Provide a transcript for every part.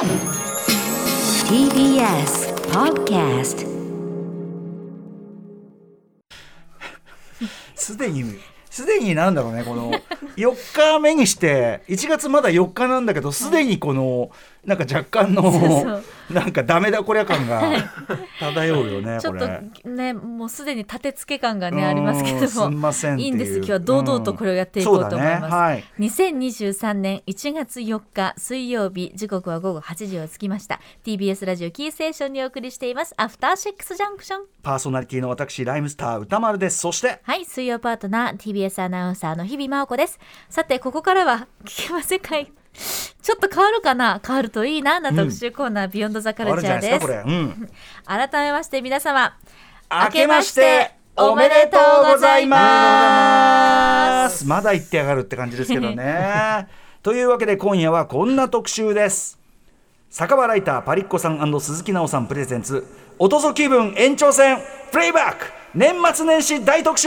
TBS Podcast。 すでになんだろうね、この4日目にして1月まだ4日なんだけど、すでにこのなんか若干のなんかダメだこりゃ感が漂うよね。 ちょっとこれね、もうすでに立て付け感がねありますけども、 すんませんっていう、 いいんです。今日は堂々とこれをやっていこうと思います。 そうだね、はい、 2023年1月4日水曜日、時刻は午後8時を過ぎました。 TBS ラジオキーステーションにお送りしていますアフターシックスジャンクション。 パーソナリティの私ライムスター歌丸です。そしてはい、水曜パートナー TBS アナウンサーの日々真央子です。さてここからは聞けま世界ちょっと変わるかな、変わるといいな特集コーナー、ビヨンドザカルチャーです。 これ、 改めまして皆様明けましておめでとうございます。まだ言ってやがるって感じですけどねというわけで今夜はこんな特集です。酒場ライターパリッコさん&鈴木奈緒さんプレゼンツおとそ気分延長戦プレイバック年末年始大特集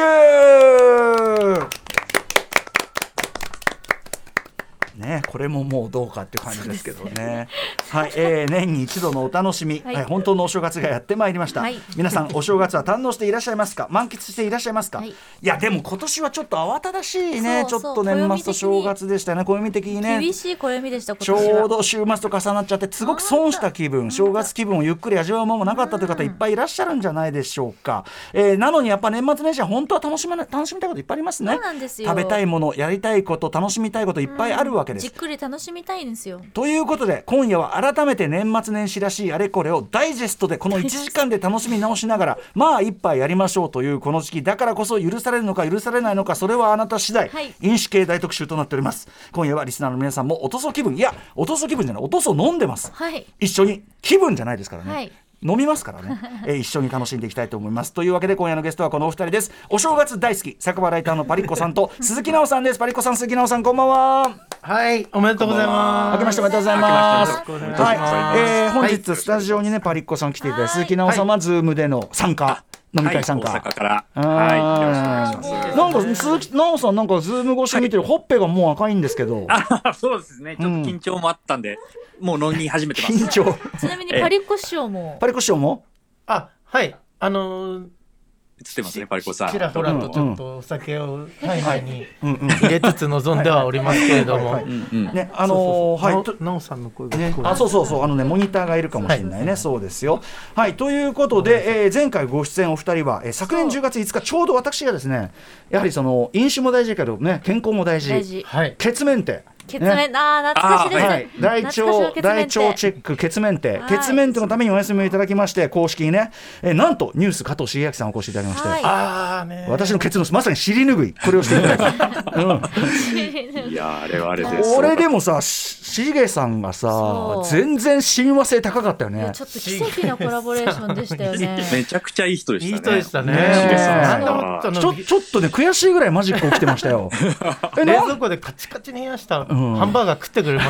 ね、これももうどうかっていう感じですけどね。はい、年に一度のお楽しみ、はい、本当のお正月がやってまいりました、はい、皆さんお正月は堪能していらっしゃいますか、満喫していらっしゃいますか、はい、いやでも今年はちょっと慌ただしいね。ちょっと年末と正月でしたね。暦的にね厳しい暦でした。今年はちょうど週末と重なっちゃってすごく損した気分、正月気分をゆっくり味わう間もなかったという方いっぱいいらっしゃるんじゃないでしょうか。なのにやっぱ年末年始は本当は楽しみたいこといっぱいありますね。 そうなんですよ。 食べたいもの、やりたいこと、楽しみたいこといっぱいあるわけです。 じっくり楽しみたいんですよ。 ということで今夜は改めて年末年始らしいあれこれをダイジェストでこの1時間で楽しみ直しながらまあ一杯やりましょうというこの時期だからこそ、許されるのか許されないのかそれはあなた次第、はい、飲酒系大特集となっております。今夜はリスナーの皆さんもおとそ気分、いやおとそ気分じゃない、おとそ飲んでます、はい、一緒に気分じゃないですからね、はい、飲みますからね、一緒に楽しんでいきたいと思います。というわけで今夜のゲストはこのお二人です。お正月大好き酒場ライターのパリッコさんと鈴木奈緒さんです。パリッコさん、鈴木奈緒さん、こんばんは。 はい、おめでとうございます。 明けましておめでとうございます。はい、本日スタジオにねパリッコさん来ていただいて、鈴木奈緒さんはズームでの参加、飲み会参加、 大阪から、はい、よろしくお願いします。 なんか鈴木奈緒さんなんかズーム越し見てる、ほっぺがもう赤いんですけど、 そうですね、ちょっと緊張もあったんで、もう飲み始めてます。 緊張ちなみにパリッコ師匠も、 パリッコ師匠もはい、 映ってますね、パリコさん。 ちらほらとちょっとお酒を体内に入れつつ臨んではおりますけれども、 ね、 奈緒さんの声が聞こえる、 あ、そうモニターがいるかもしれないね、そうですよ。はい、ということで、前回ご出演お二人は、昨年10月5日ちょうど私がですね、やはりその飲酒も大事だけどね、健康も大事、血メンテ、 血面、ね、懐かしいです、はい、 大腸チェック血メンテ、血メンテのためにお休みをいただきまして、公式にね、なんとニュース加藤茂明さんお越しいただきまして、私のケツのまさに尻拭いこれをしていただいて、 いやあれはあれです。 これでもさ、茂さんがさ全然親和性高かったよね。 ちょっと奇跡のコラボレーションでしたよね。 めちゃくちゃいい人でしたね。 いい人でしたね。 ちょっとね悔しいぐらいマジック起きてましたよ。 冷蔵庫でカチカチに冷やしたハンバーガー食ってくれました、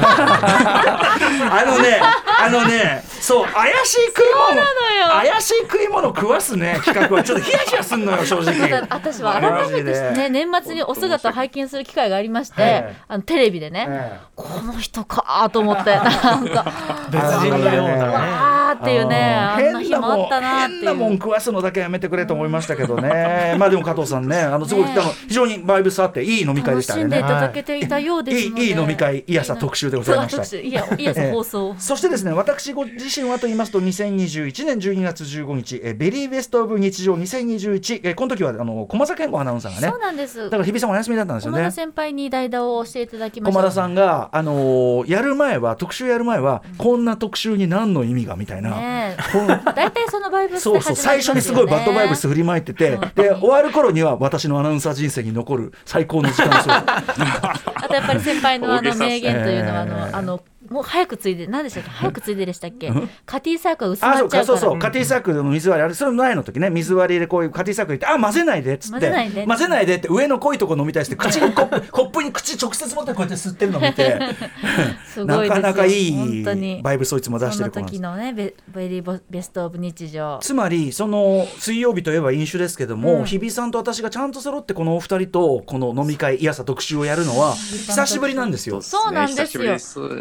あのね、そう怪しい食い物食わすね企画はちょっとヒヤヒヤすんのよ正直。 私は改めてね、年末にお姿を拝見する機会がありまして、テレビでね、この人かと思ってなんか別人のようなっていうね、あんな日もあったなっていう。 変なもん食わすのだけやめてくれと思いましたけどね。まあでも加藤さんね、すごい非常にバイブスあっていい飲み会でしたね。 楽しんでいただけていたようですので、 いい飲み会、いやさ特集でございました。 いやさ放送。 そしてですね、私ご自身はと言いますと、2021年12月15日、ベリーベストオブ日常2021、この時は駒田健吾アナウンサーがね、 そうなんです。 だから日比さんお休みだったんですよね。 駒田先輩に代打をしていただきました。 駒田さんがやる前は特集やる前は、こんな特集に何の意味がみたいな。 大体そのバイブスで始まりますよね。そう最初にすごいバッドバイブス振りまいてて、で終わる頃には私のアナウンサー人生に残る最高の時間ですよ。 あとやっぱり先輩の名言というのはもう早くついで何でしたっけ、早くついででしたっけ、カティサークが薄まっちゃうから。 そうカティサークの水割り、あれその前の時ね、水割りでこういうカティサーク入れて、混ぜないでっつって、混ぜないでって上の濃いとこ飲みたいして、コップに口直接持ってこうやって吸ってるの見てなかなかいいバイブスをいつも出してる子なんです。 その時のねベリーベストオブ日常、 つまりその水曜日といえば飲酒ですけども、日比さんと私がちゃんと揃ってこのお二人とこの飲み会いやさ特集をやるのは久しぶりなんですよ。 そうなんですよ。いや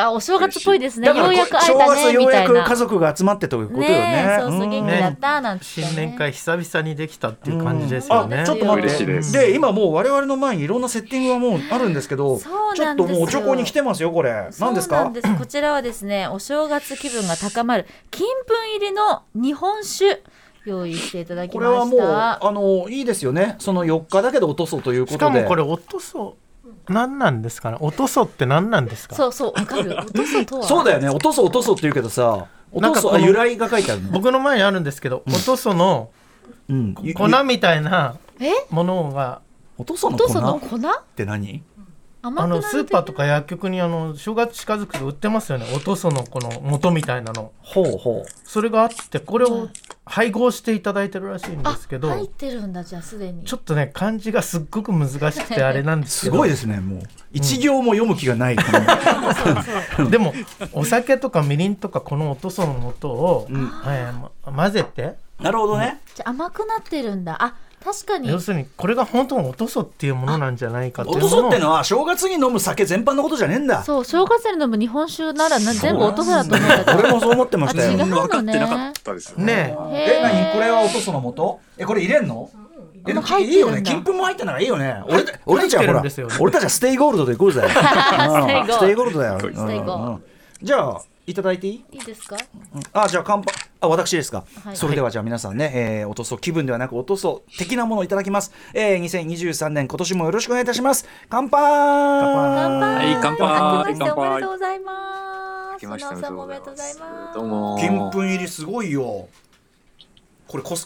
あお正月っぽいですね。 だからようやく会え正たね月ようやみたいな。 く家族が集まってということよね。 そうそう元気だったなんて、ね。 新年会久々にできたっていう感じですよね。 ちょっと待嬉しいってですで今もう我々の前にいろんなセッティングがもうあるんですけど、 そうちょっとなんですよもうおちょこに来てますよこれ。何ですかそうなん？ですこちらはですね、お正月気分が高まる金粉入りの日本酒用意していただきこまれはした。 もういいですよね。その4日だけで落とそうということで。 しかもこれおとそ何なんですかね。おとそって何なんですか。 そうそうわかる。おとそとは。 そうだよね。落とそうって言うけどさ、落とそう由来が書いてあるの。 僕の前にあるんですけど、おとそのうん。 粉みたいなものが落とそうのおとその粉っ粉？ て何？ 甘くなるスーパーとか薬局に正月近づくと売ってますよね。おとそのこの元みたいなの。 ほうほう。 それがあってこれを配合していただいてるらしいんですけど、 入ってるんだじゃあすでに。 ちょっとね漢字がすっごく難しくてあれなんですすけどごいですね。もう一行も読む気がない。 でもお酒とかみりんとかこのおとその素を、混ぜて、 なるほどね。 じゃあ甘くなってるんだ。あ確かに。 要するにこれが本当のおとそっていうものなんじゃないかっていうおものをとそってのは正月に飲む酒全般のことじゃねえんだ。 そう正月に飲む日本酒なら全部おとそだと思ったけど。 俺もそう思ってましたよ。 あ違うのね分かってなかったですよね。 ねへー何これはおとその素？これ入れんの？ もう入ってるんだいいよね。金粉も入ってんならいいよね。俺たちはほら入ってるんですよね俺たちはステイゴールドでいこうぜ。うんステイゴールドだよ。 ステイゴーうんじゃあいただいていい？ いいですか？ じゃあ乾杯。私ですか、 はいそれではじゃあ皆さんね、おとそ気分ではなくおとそ的なものをいただきます、2023年今年もよろしくお願いいたします。乾杯。 乾杯。 はい乾杯明けまして乾杯おめでとうございます。 明けましてそのさんもおめでとうございます。 どうも。 金粉入りすごいよ。これこ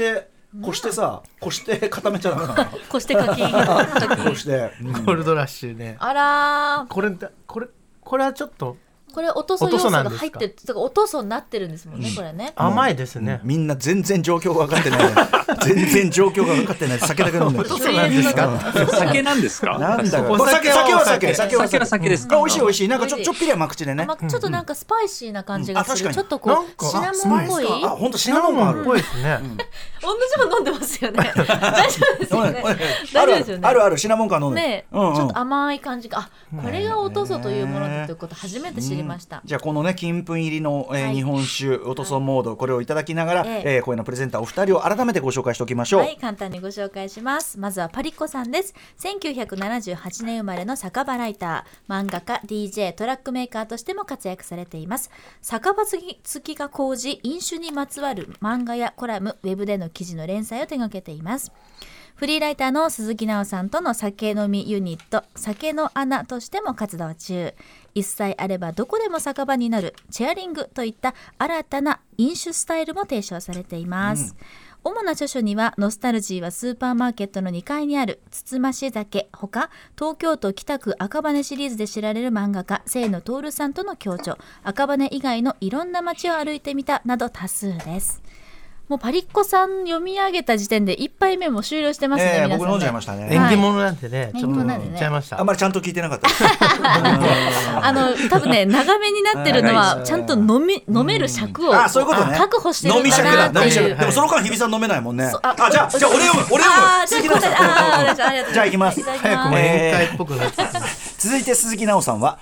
して固めちゃダメなの。 こしてかき。 こして、 ゴールドラッシュね。 あらー。 これはちょっとこれおとそ要素が入ってる。だからおとそになってるんですもんね、これね。 甘いですね。 みんな全然状況が分かってない。全然状況が分かってない。酒だけ飲んでる。 そうなんですか。 酒なんですか？ なんだろう。 お酒は酒酒は酒ですか？ 美味しい。なんかちょっぴり甘口でね。 ちょっとなんかスパイシーな感じがする。 確かにちょっとこなんかうシナモンっぽい。 本当シナモンがある。 っぽいですね。 同じもの飲んでますよね。大丈夫ですよね。大丈夫ですよね。 あるシナモン感飲んでる。 ね、ちょっと甘い感じが、これがおとそというものだということ初めて知りました。 じゃあこのね金粉入りの、 はい日本酒おとそモード、これをいただきながら、声のプレゼンターお二人を改めてご紹介しておきましょう。 はい、簡単にご紹介します。まずはパリッコさんです。1978年生まれの酒場ライター、漫画家、DJ、トラックメーカーとしても活躍されています。酒場好きが高じ、飲酒にまつわる漫画やコラム、ウェブでの記事の連載を手掛けています。フリーライターの鈴木奈緒さんとの酒飲みユニット酒の穴としても活動中。一切あればどこでも酒場になるチェアリングといった新たな飲酒スタイルも提唱されています。主な著書にはノスタルジーはスーパーマーケットの2階にあるつつまし酒ほか、東京都北区赤羽シリーズで知られる漫画家清野徹さんとの共著、赤羽以外のいろんな街を歩いてみたなど多数です。もうパリッコさん読み上げた時点で1杯目も終了してますね、皆さんね。 僕飲んじゃいましたね。 縁起物なんでね、 はいちょっと言っちゃいました。 あんまりちゃんと聞いてなかったです。 多分ね長めになってるのはちゃんと飲める尺をそういうことね。 確保してるん飲み尺だ。 だなっていう。 飲み尺。でもその間日比さん飲めないもんね。 そうじゃあ俺読む。 じゃあ鈴木奈緒さん。じゃあ行きます。 早くも宴会っぽくなってきて続いて鈴木奈緒さんは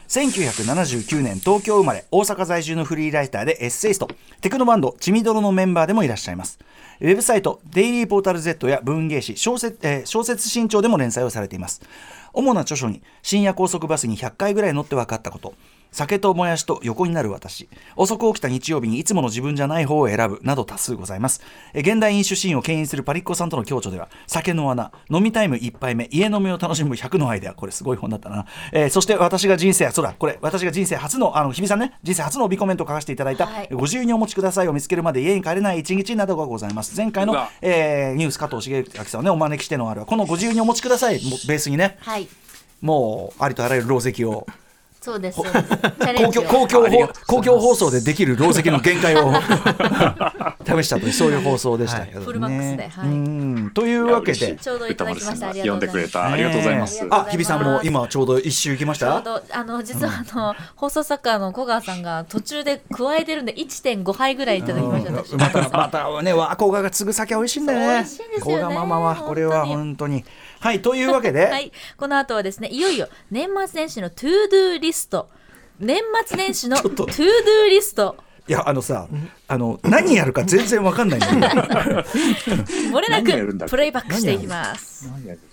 1979年東京生まれ、大阪在住のフリーライターでエッセイスト、テクノバンドちみどろのメンバーでもいらっしゃいます。ウェブサイトデイリーポータル Z や文芸誌小説新潮でも連載をされています。主な著書に深夜高速バスに100回ぐらい乗って分かったこと、酒ともやしと横になる私、遅く起きた日曜日にいつもの自分じゃない方を選ぶなど多数ございます。現代飲酒シーンを牽引するパリッコさんとの共著では、酒の穴、飲みタイム1杯目、家飲みを楽しむ100のアイデア、これすごい本だったな。そして私が人生初の日比さんね、人生初の帯コメントを書かせていただいた、ご自由にお持ちくださいを見つけるまで家に帰れない一日などがございます。前回の、ニュース加藤茂明さんをねお招きしてのあるこのご自由にお持ちくださいベースにね、 はい、 もうありとあらゆる漏石をそうですチャレンジを公共放送でできる漏石の限界を試したというそういう放送でしたけどね、 フルマックスで、はい、 というわけでちょうどいただきました。ありがとう読んでくれございます。 たありがとうございます。 日比さんも今ちょうど一周行きました。 ちょうど実は放送作家の小川さんが途中で加えてるんで 1.5 杯ぐらいいただきました。私またね小川が継ぐ酒美味しいんだよね。 美味しいんですよね小川ママはこれは本当にはいというわけで、 はい、この後はですねいよいよ年末年始のトゥードゥーリスト年末年始のちょっとトゥードゥーリスト。 いや何やるか全然わかんないんだよね漏れな何やるんだっけくプレイバックしていきます。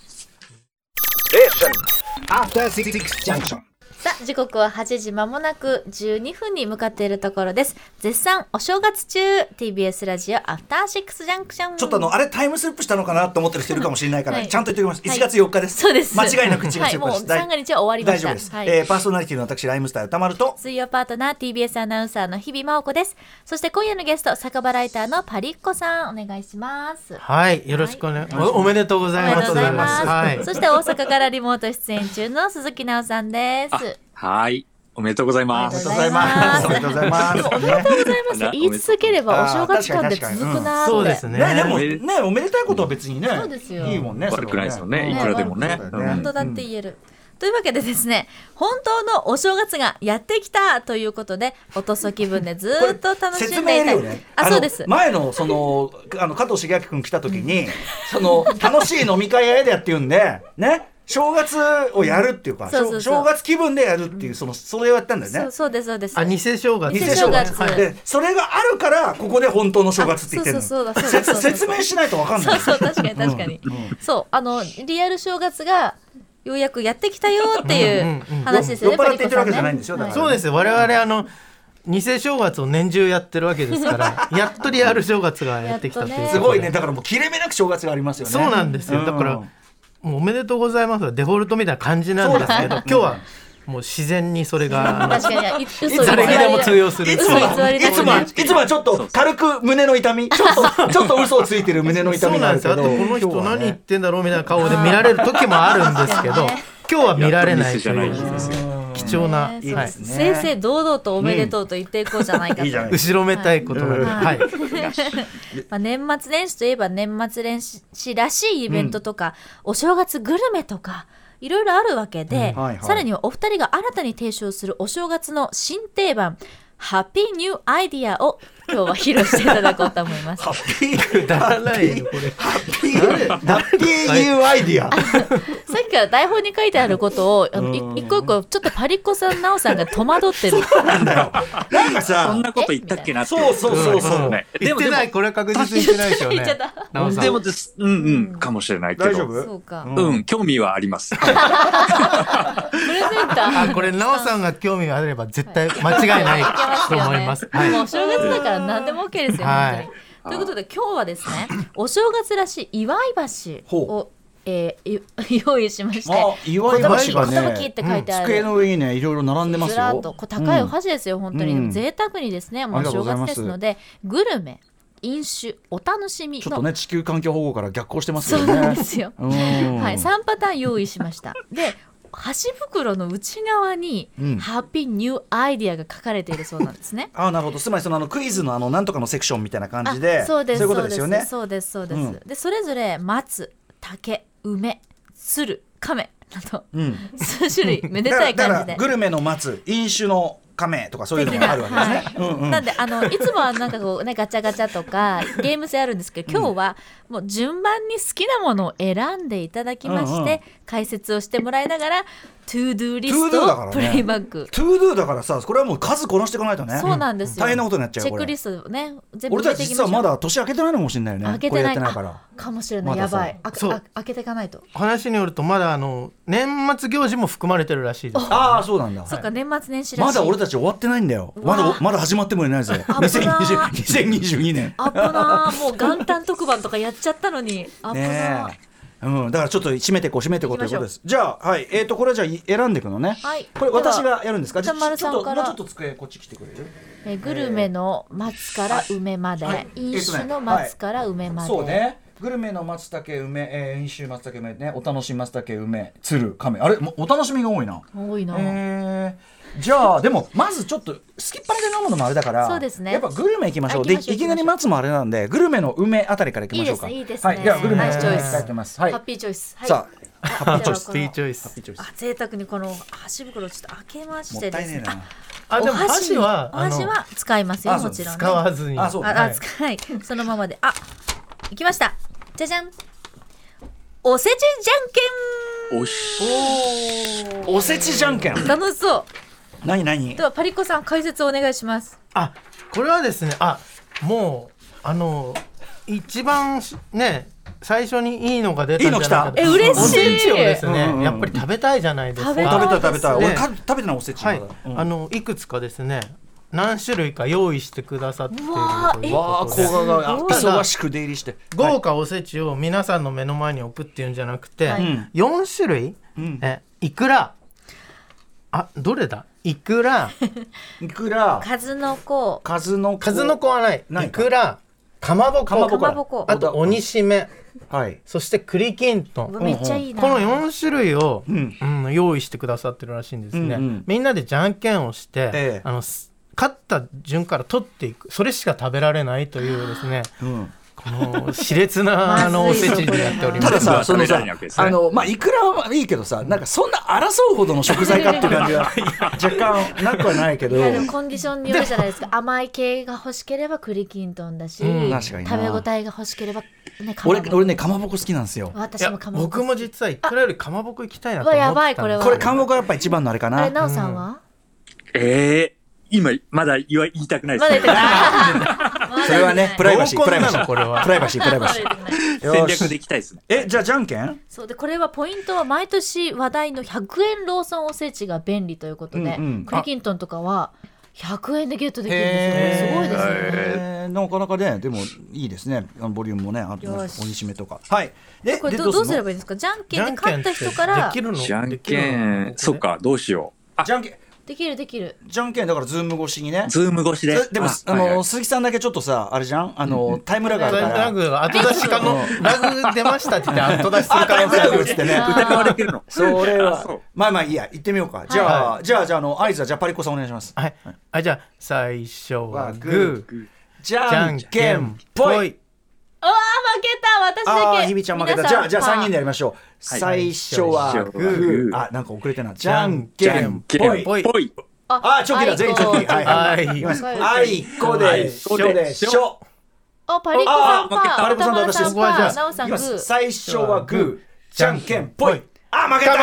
After Six Junction. さあ時刻は8時まもなく12分に向かっているところです。絶賛お正月中 TBS ラジオアフターシックスジャンクション。 ちょっとあれタイムスリップしたのかなと思ってる人いるかもしれないから、 はいちゃんと言っておきます。 はい 1月4日です。 そうです。 間違いなく1月4日です。 はい、もう三が日は終わりました。 大丈夫です。 はいパーソナリティの私ライムスター歌丸と水曜パートナー TBS アナウンサーの日々真央子です。そして今夜のゲスト酒場ライターのパリッコさんお願いします。 はい、よろしくお願い、おめでとうございます。 おめでとうございます。 はい、 そして大阪からリモート出演中の鈴木奈緒さんです。 はい。おめでとうございます。 おめでとうございますおめでとうございます。 おめでとうございます言い続ければお正月間で続くなーって。 そうですね。 でもねおめでたいことは別にね、 そうですよいいもんね。 悪くないですよね。 ねいくらでもね。 そうだよね本当だって言える。というわけでですね、本当のお正月がやってきたということで、おとそ気分でずっと楽しんでいたい。そうです。 前の加藤茂明君来た時に、楽しい飲み会やでやって言うんでね。正月をやるっていうか、 そう正月気分でやるっていうそれをやったんだよね。 そうですそうです。 偽正月。 偽正月。 でそれがあるからここで本当の正月って言ってるの。 そう説明しないと分かんない。 そう確かに。そうリアル正月がようやくやってきたよっていう話ですよね。 酔っ払って言ってるわけじゃないんですよ。 そうです。我々偽正月を年中やってるわけですからやっとリアル正月がやってきたっていう、 すごいね。だからもう切れ目なく正月がありますよね。 そうなんですよ。だからもうおめでとうございますはデフォルトみたいな感じなんですけど、今日はもう自然にそれが確かに誰にでも通用する。 いつもはちょっと軽く胸の痛み、ちょっと嘘をついてる胸の痛みがあるけど、 あとこの人何言ってんだろうみたいな顔で見られる時もあるんですけど、今日は見られないという貴重な、 正々堂々とおめでとうと言っていこうじゃないかと。 後ろめたいことなんで、はい。 年末年始といえば年末年始らしいイベントとか、お正月グルメとかいろいろあるわけで、さらにはお二人が新たに提唱するお正月の新定番ハッピーニューアイディアを今日は披露していただこうと思います。 ハッピーくだらないよこれ。 ハッピーニューアイディア。 さっきから台本に書いてあることを一個一個ちょっとパリッコさん奈緒さんが戸惑ってる。 なんかさ、 そんなこと言ったっけなって。 そうね。 言ってない。これ確実に言ってないですよね。 言っちゃった。 でもですかもしれないけど。 大丈夫？ そうか。 興味はあります。 プレゼンター。 これ奈緒さんが興味があれば絶対間違いないと思います。 もうお正月だから何でも OK ですよ、本当に。ということで今日はですね、お正月らしい祝い箸を用意しまして、 祝い箸が寿って書いてある机の上にねいろいろ並んでますよ。 ずらっと高いお箸ですよ、本当に。でも贅沢にですね、もうお正月ですのでグルメ飲酒お楽しみのちょっとね地球環境保護から逆行してますよね。 そうなんですよ。はい、3パターン用意しました。で箸袋の内側に、ハッピーニューアイディアが書かれているそうなんですね。 なるほど。つまりクイズのなんとかのセクションみたいな感じで、 そうです、 そういうことですよね。 そうです。でそれぞれ松、竹、梅、鶴、亀など、数種類めでたい感じで。 だからグルメの松、飲酒の亀とかそういうのがあるわけですね。 なんでいつもはなんかこうねガチャガチャとかゲーム性あるんですけど、今日はもう順番に好きなものを選んでいただきまして、解説をしてもらいながらトゥードゥーリストをプレイバック。 トゥードゥだからさ、これはもう数こなしていかないとね。 そうなんですよ。 大変なことになっちゃう。 チェックリストね全部俺たち実はまだ年明けてないのかもしれないよね。 明けてないからかもしれない。やばい。開けていかないと。 話によるとまだ年末行事も含まれてるらしいです。 ああそうなんだ。 そっか、年末年始らしい。 まだ俺たち終わってないんだよ。まだ始まってもいないぜ。2022年。 あっぶなー。もう元旦特番とかやっちゃったのに。あっぶなー。 だからちょっと締めていこうということです。じゃあこれはじゃあ選んでいくのね。 はい。 これ私がやるんですか。 じゃあ丸さんから。 もうちょっと机こっち来てくれる。 グルメの松から梅まで、飲酒の松から梅まで。 そうね。グルメの松茸梅、飲酒松茸梅ね、お楽しみ松茸梅、鶴亀、あれお楽しみが多いな。 多いな。 じゃあでもまずちょっとすきっぱりで飲むのもあれだから、 そうですね。 やっぱグルメいきましょう。でいきなり松もあれなんで、グルメの梅あたりからいきましょうか。 いいですね。 はい。ではグルメナイスチョイス。 書いてます。 ハッピーチョイス。 さあハッピーチョイス。 贅沢にこの箸袋をちょっと開けましてですね。 でも箸は使いますよ、もちろん。 使わずに。 使いそのままで。いきました。じゃじゃん。おせちじゃんけん。 おせちじゃんけん。 楽しそう。 何ではパリコさん解説をお願いします。 これはですね、もう一番ね最初にいいのが出たんじゃないかと。 嬉しい。 おせちをですね、やっぱり食べたいじゃないですか。 食べたい。俺食べてないおせち。 いくつかですね何種類か用意してくださっているということで、 わあ、甲賀が忙しく出入りして豪華おせちを皆さんの目の前に置くっていうんじゃなくて、4種類、いくら、どれだ、いくら数の子はない、いくら、かまぼこ、あと鬼しめ、そして栗きんとん、 めっちゃいいな。 この4種類を、用意してくださってるらしいんですね。みんなでじゃんけんをして、勝った順から取っていく、それしか食べられないというですね、この熾烈なおせちになっております。 たださ、そのさ、いくらはいいけどさ、なんかそんな争うほどの食材かっていう感じが若干なくはないけど、 でもコンディションによるじゃないですか。甘い系が欲しければ栗きんとんだし、食べ応えが欲しければね、 俺ね、かまぼこ好きなんですよ。 私もかまぼこ。 僕も実はいくらよりかまぼこ行きたいなと思ってたんです。 これかまぼこやっぱ一番のあれかな。 なおさんは？ 今まだ言いたくないです。 それはね、プライバシー、プライバシー、 これはプライバシー。 戦略でいきたいですね。 じゃあじゃんけん？ そうで、これはポイントは毎年話題の100円ローソンおせちが便利ということで、栗きんとんとかは100円でゲットできるんですよ。すごいですね。 なかなかね、でもいいですね。ボリュームもね、あと鬼しめとか。で、 これどうすればいいんですか？じゃんけんで勝った人からじゃんけん、そっか、どうしよう。 じゃんけんできる。 じゃんけんだからズーム越しにね。 ズーム越しで。 でも鈴木さんだけちょっとさ、あれじゃん、タイムラグあるから。 後出しかのラグ出ましたって言って後出しする可能性あるってね。 疑われてるの。 それはまあいいや、行ってみようか。じゃあ合図はじゃあパリコさんお願いします。 じゃあ最初はグー、 じゃんけんぽい。 負けた、私だけ。 ひびちゃん負けた。じゃあ3人でやりましょう。最初はグー、なんか遅れてな。じゃんけんぽい。チョキだ、全員チョキ。あいこでしょ。 パリコさんパー、 パリコさんと私です。 なおさんグー。 最初はグー、じゃんけんぽい。負けた。 かまぼこ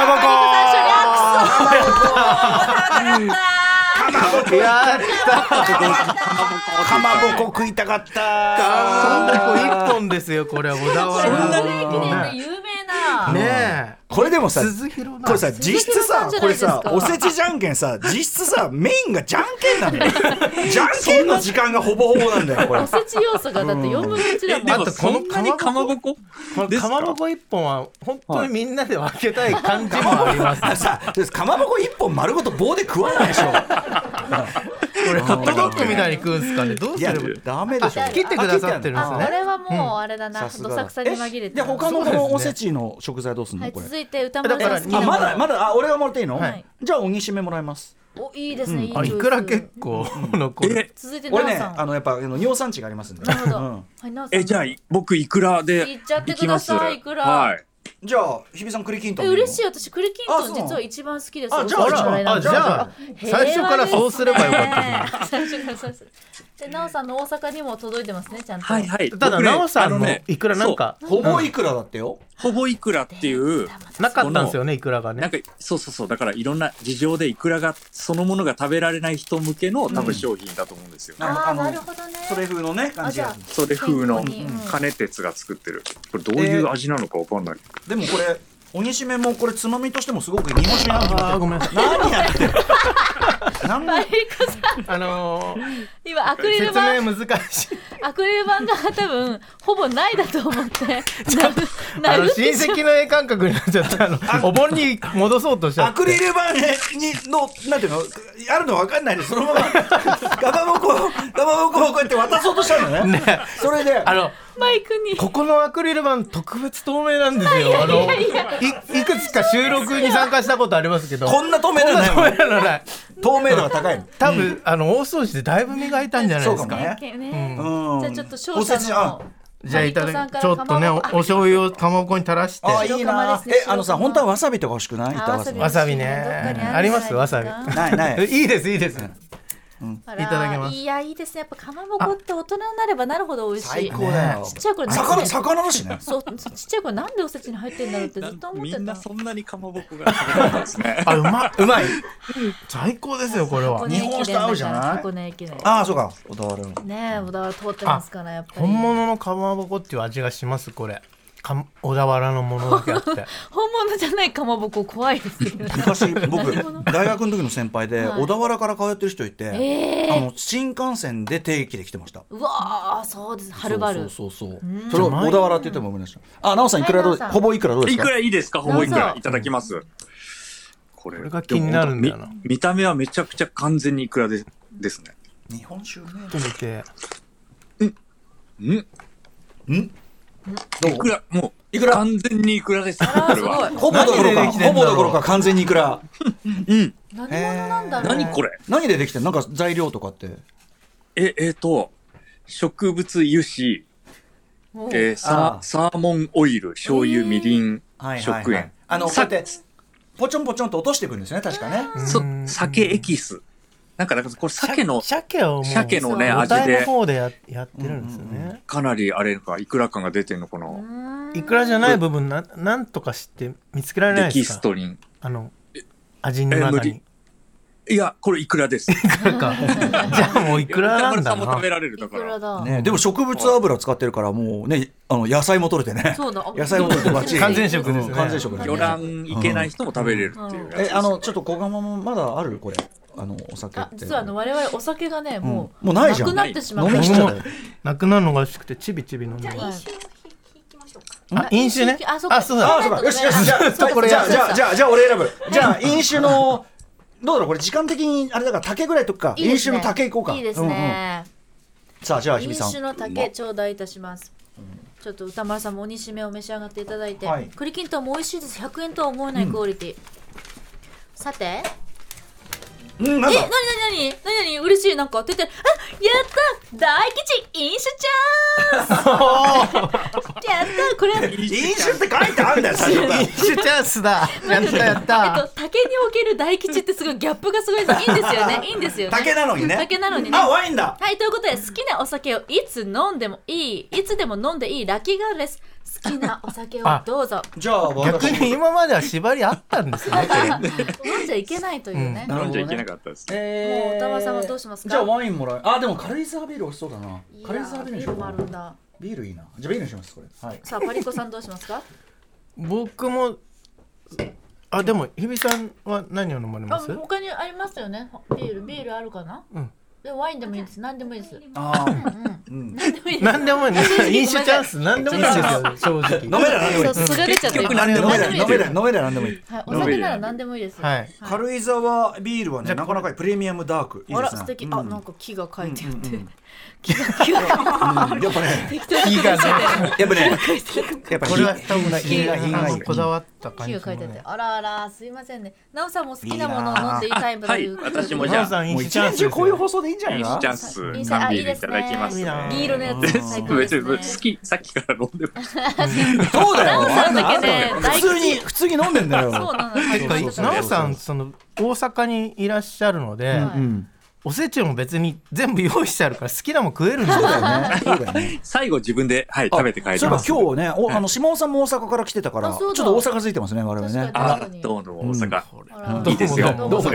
かまぼこ食いたかった。 かまぼこ一本ですよ、これは小田原の有名なね。 これでもさ、これさ、実質さ、これさ、おせちじゃんけんさ、実質さ、メインがじゃんけんなんだよ。じゃんけんの時間がほぼほぼなんだよ、これ。 おせち要素がだって4分の1だもん。 あとこのかまぼこかまぼこ一本は本当にみんなで分けたい感じもありますさ、かまぼこ一本丸ごと棒で食わないでしょ。 これホットドッグみたいに食うんすかね。どうすればダメでしょ。 切ってくださってるんですね。 これはもうあれだな、どさくさに紛れて。 で他のおせちの食材どうすんのこれ。 続いて歌丸さん好きなまだ俺がもらっていいの？じゃあ鬼しめもらいます。 いいですね。 いくら結構残る。 続いて俺ね、やっぱ尿酸値がありますんで。 なるほど。 じゃあ僕いくらでいっちゃってください。いくら。 じゃあ日比さん栗きんとん。 嬉しい、私栗きんとん実は一番好きです。 じゃあ最初からそうすればよかった。 最初からそうする。で、なおさんの大阪にも届いてますね、ちゃんと。 ただなおさんのいくらなんかほぼいくらだってよ。 ほぼいくらっていうなかったんですよね、いくらがね。 なんかそうだからいろんな事情でいくらがそのものが食べられない人向けの多分商品だと思うんですよ。 なるほどね。 それ風のね感じ。 それ風の金鉄が作ってる。これどういう味なのかわかんない。 でもこれ鬼しめもこれつまみとしてもすごく日本酒に合う。 あ、ごめんなさい。 何やってる。 今アクリル板説明難しい。 アクリル板が多分ほぼないだと思って親戚の絵感覚になっちゃったお盆に戻そうとしちゃって。 アクリル板にのなんていうのあるの分かんないでそのままかまぼこをこうやって渡そうとしたのね。それでマイクにここのアクリル板特別透明なんですよ。いくつか収録に参加したことありますけどこんな透明なのない。透明度が高いの。 多分大掃除でだいぶ磨いたんじゃないですか。 じゃあちょっと勝者のじゃあいただきちょっとねお醤油をかまぼこに垂らして。 いいな。さ本当はわさびとか欲しくない？ わさびね。ありますわさび。 ない。 いいです。 あらいただきます。 いやいいですね。やっぱかまぼこって大人になればなるほど美味しい。 最高だよ。 ちっちゃい頃魚だしね。 そうちっちゃい頃なんでおせちに入ってんだろうってずっと思ってた。 みんなそんなにかまぼこが食べたんですね。 あ、うまい。 い。 最高ですよこれは。 日本酒と合うじゃない箱根駅伝。 ああそうか。小田原の。 ねえ小田原通ってますからやっぱり。 本物のかまぼこっていう味がしますこれ。小田原のものだけあって。 本物じゃないかまぼこ怖いですよね。 昔僕大学の時の先輩ではい小田原から通ってる人いて、新幹線で定期で来てました。 うわーそうですはるばる。 そう。それを小田原って言っても思い出した。なおさんいくらほぼいくらどうですか。 いくらいいですか。ほぼいくらいただきます。これが気になるんだよな。 見た目はめちゃくちゃ完全にいくらですね。 日本酒ね。 いくらもう完全にいくらです。これはほぼどころか完全にいくら。 何者なんだろう。 何これ。 何でできてる。なんか材料とかって。 植物油脂、サーモンオイル、醤油、みりん、食塩。 こうやってポチョンポチョンと落としていくんですね確かね。 酒エキス。なんかこれ鮭のね味での方でやってるんですよね。 かなりあれかいくら感が出てるのかな。 いくらじゃない部分なんとかして見つけられないですか。 エキストリン味の中に。 いやこれいくらです。 じゃあもういくらなんだな。 も食べられるだからね。でも植物油使ってるからもうね野菜も取れてね。野菜も取れてバッチリ。 完全食ですね。 完全食。 魚卵いけない人も食べれるっていう。 ちょっと小釜もまだあるこれ。お酒って実は我々お酒がねもうないじゃん。 なくなってしまう。 飲み切っちゃう。 なくなるのが欲しくてちびちび飲んでます。飲酒ね。 あそうか。 よしじゃあ俺選ぶ。じゃあ飲酒のどうだろうこれ時間的にあれだから竹ぐらいとか飲酒の竹いこうか。 いいですね。 さあじゃあ日比さん。 飲酒の竹頂戴いたします。ちょっと歌丸さんも鬼しめを召し上がっていただいて、栗きんとんも美味しいです。100円とは思えないクオリティ。さて。何嬉しい。なんか出てる。やった大吉飲酒チャンス。やったこれ飲酒って書いてあるんだよ最初から。 飲酒チャンスだ。やった竹における大吉ってすごいギャップがすごいです。いいんですよね。いいんですよね。 竹なのにね。 竹なのにね。 ワインだ。 はいということで好きなお酒をいつ飲んでもいい、いつでも飲んでいいラッキーガールです。好きなお酒をどうぞ。 じゃあ逆に今までは縛りあったんですね。 飲んじゃいけないというね。 飲んじゃいけなかったです。 もう歌丸さんはどうしますか。 じゃあワインもらう。でも軽井沢ビール美味しそうだな。軽井沢ビールもあるんだ。 ビールいいな。じゃあビールにしますこれ。はい。 さあパリコさんどうしますか。 僕もでも日比さんは何を飲まれます？ 他にありますよね。ビールあるかな。でワインでもいいです。何でもいいです。 何でもいいです。飲酒チャンス何でもいいですよ正直。 飲めら何でもいい。 それ出ちゃって飲めら何でもいい。 お酒なら何でもいいです。 軽井沢ビールはねなかなかプレミアムダーク。 あら素敵。なんか木が書いてあって。 やっぱね。 木がやっぱこれは多分品がこだわった感じ。 木が書いてあって。あらすいませんね。なおさんも好きなものを飲んでいいタイプという。 私もじゃあもう一年中こういう放送でいいんじゃないか。 飲酒チャンス缶ビールいただきます。 銀色のやつ最高ですね。 好きさっきから飲んでます。 そうだよ。普通に飲んでんだよ。 そうなの。 なおさんその大阪にいらっしゃるので。おせちも別に全部用意してあるから好きなもん食えるんだよね。 最後自分で食べて帰ります。 今日ね下尾さんも大阪から来てたからちょっと大阪ついてますね我々ね。 どうも大阪いいですよ。 どうも大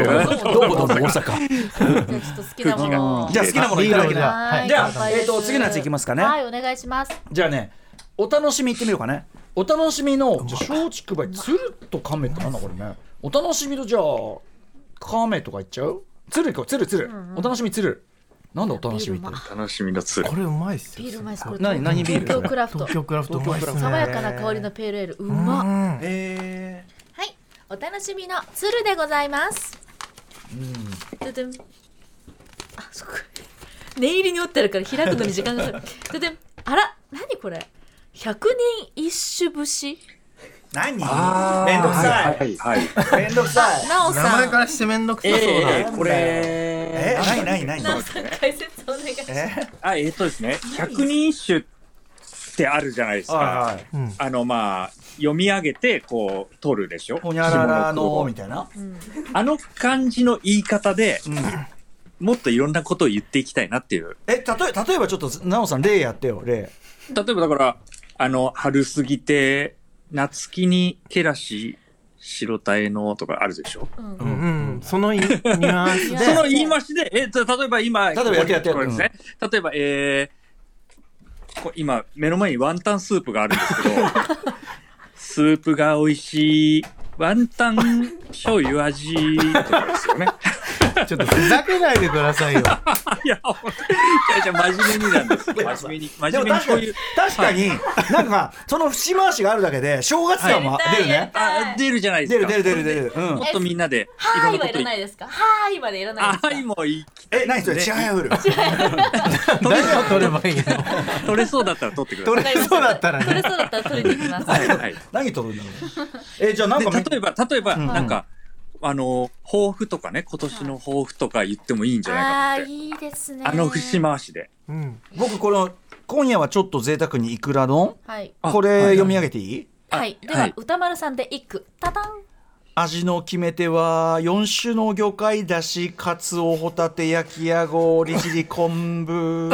阪。 ちょっと好きなもの。 じゃあ好きなものいただきな。じゃあ次のやついきますかね。 はいお願いします。 じゃあねお楽しみいってみようかね。お楽しみの松竹梅つるっと亀ってなんだこれね。お楽しみのじゃあ亀とかいっちゃう。つるいこうつるお楽しみつる。なんだお楽しみって。 楽しみのつる。 これうまいっすよ。 ビールうまいっす。これ何ビール。 東京クラフト。 東京クラフトうまいっすね。 爽やかな香りのペールエールうま。はいお楽しみのつるでございます。そっか。念入りに折ってあるから開くのに時間がかかる。あら何これ。100人一首節。 何？めんどくさい。めんどくさい。 なおさん。 名前からしてめんどくさそうだ。 これ。 何？ なおさん解説お願いします。 ですね。百人一首ってあるじゃないですか。まあ読み上げてこう取るでしょ。 ほにゃららのみたいな。 あの感じの言い方でもっといろんなことを言っていきたいなっていう。 例えばちょっとなおさん例やってよ。例えばだから春過ぎて夏木にけらし白鯛のとかあるでしょ。 そのニュアンスでその言い回しで例えば今やってこれですね。例えば今目の前にワンタンスープがあるんですけどスープが美味しいワンタン醤油味とかですよね。 ちょっとふざけないでくださいよ。いや、真面目になんです。真面目にこういう。 確かに、なんかその節回しがあるだけで正月感は出るね。 出るじゃないですか。 出る。 もっとみんなで。 はいはいらないですか。はいまでいらないですか。 はいもいい。 何それ？チハヤフル。 何を取ればいいの？ 取れそうだったら取ってください。 取れそうだったら取りに行きます。 何取るんだろう。じゃあなんか例えばなんか。抱負とかね、今年の抱負とか言ってもいいんじゃないかって。 いいですね。 節回しで。 僕今夜はちょっと贅沢にいくら丼。これ読み上げていい？ はい。では歌丸さんで一句。タタン。 味の決め手は4種の魚介だし、カツオ、ホタテ、焼きあご、利尻、昆布。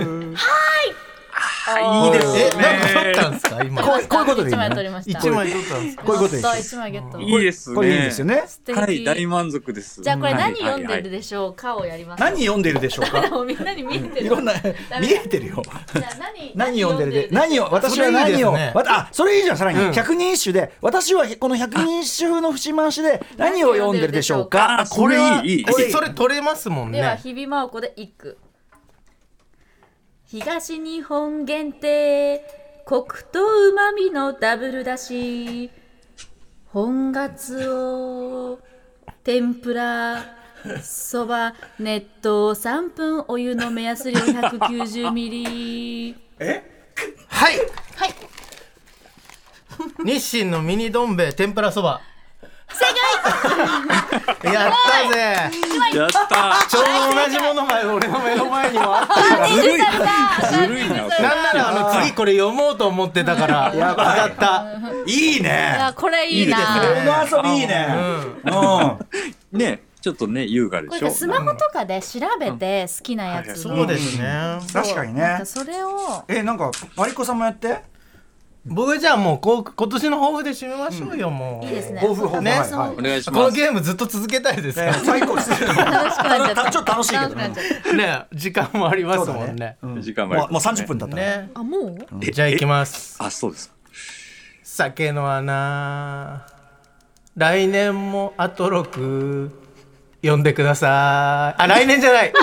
いいですね。 なんか取ったんですか今。 こういうことでいい 1枚取りました。 1枚取ったんですか。 こういうことです。 1枚ゲット。 いいですね。 これいいんですよね。 はい、大満足です。 じゃあこれ何読んでるでしょうかをやります。 何読んでるでしょうか。 みんなに見えてる。 いろんな見えてるよ。 じゃあ何読んでるで私は何をそれいいじゃん。さらに百人一首で私はこの百人一首風の節回しで何を読んでるでしょうか。 これいい。 それ取れますもんね。 では日比真央子で一句。東日本限定コクとうまみのダブルだし、本がつお天ぷらそば熱湯3分お湯の目安量190ミリ。 はい日清のミニどん兵衛天ぷらそば。 正解。やったぜ。 やった。 ちょうど同じものが俺の目の前にもあった。 ずるいな。 なんなら次これ読もうと思ってたからやばかった。 いいね。 いやこれいいな。 この遊びいいね。 ね。ちょっとね優雅でしょ。 スマホとかで調べて好きなやつ。 そうですね。 確かにね。 それをなんかマリコさんもやって。 僕じゃあもう今年の抱負で締めましょうよ。もういいですね。 抱負ね。 お願いします。 このゲームずっと続けたいですか。 最高です。ちょっと楽しいけどね。 時間もありますもんね。 時間ももう30分だったね。 もう？ じゃあ行きます。 そうですか。 酒の穴来年もあと6読んでください。来年じゃない。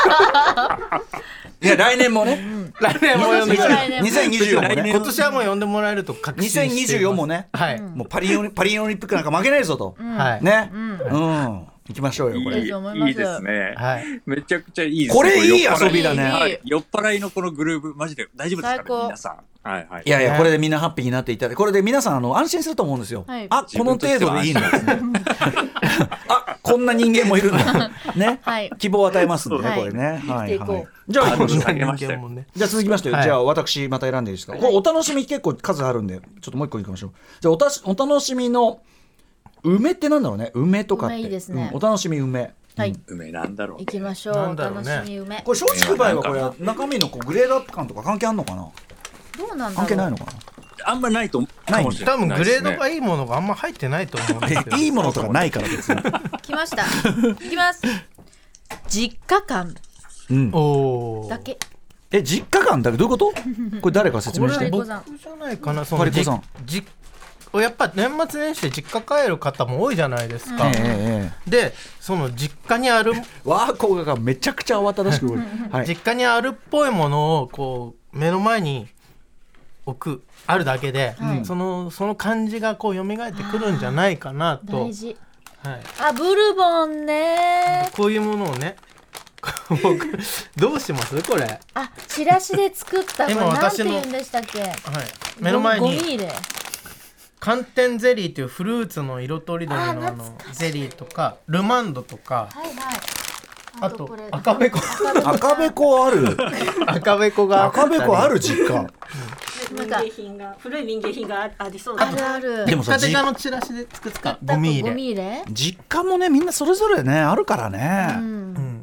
いや来年もね。 来年も読んでください。 2024もね。 今年はもう読んでもらえると確信しています。 2024もね。 はい。 もうパリオリンピックなんか負けないぞと。 はい。 ね。行きましょうよこれ。 いいですね。はい。めちゃくちゃいいです。 これいい遊びだね。 酔っ払いのこのグルーブマジで大丈夫ですかね皆さん。はいはい。 いやこれでみんなハッピーになっていただいて、これで皆さん安心すると思うんですよ。あこの程度でいいんだ。あこんな人間もいるんだね。希望を与えますんでねこれね。じゃあ続きまして、じゃあ私また選んでいいですか。お楽しみ結構数あるんでちょっともう一個いきましょう。じゃあお楽しみの梅ってなんだろうね。梅とかって。 梅いいですね。 お楽しみ梅。 梅なんだろう。 行きましょう。お楽しみ梅。 これ松竹梅はこれ中身のグレードアップ感とか関係あるのかな。 どうなんだろう。 関係ないのかな。 あんまないと多分グレードがいいものがあんま入ってないと思うんですけど。 いいものとかないから別に。 来ました。いきます。実家感。だけ。 実家感だけどういうこと？これ誰か説明して。 僕じゃないかな。パリコさん。やっぱ年末年始で実家帰る方も多いじゃないですか。でその実家にあるワーコがめちゃくちゃ慌ただしく実家にあるっぽいものをこう目の前にあるだけで、その感じがこう蘇ってくるんじゃないかなと。 大事。ブルボンね。 こういうものをねどうしますこれ。 チラシで作ったこれなんて言うんでしたっけ。 目の前にゴミ入れ。 寒天ゼリーというフルーツの色とりどりのゼリーとかルマンドとか、あと赤べこある赤べこがある実家。 古い民芸品がありそうだ。 ある。 でもさ実家のチラシで作ったゴミ入れ。 実家もねみんなそれぞれねあるからね。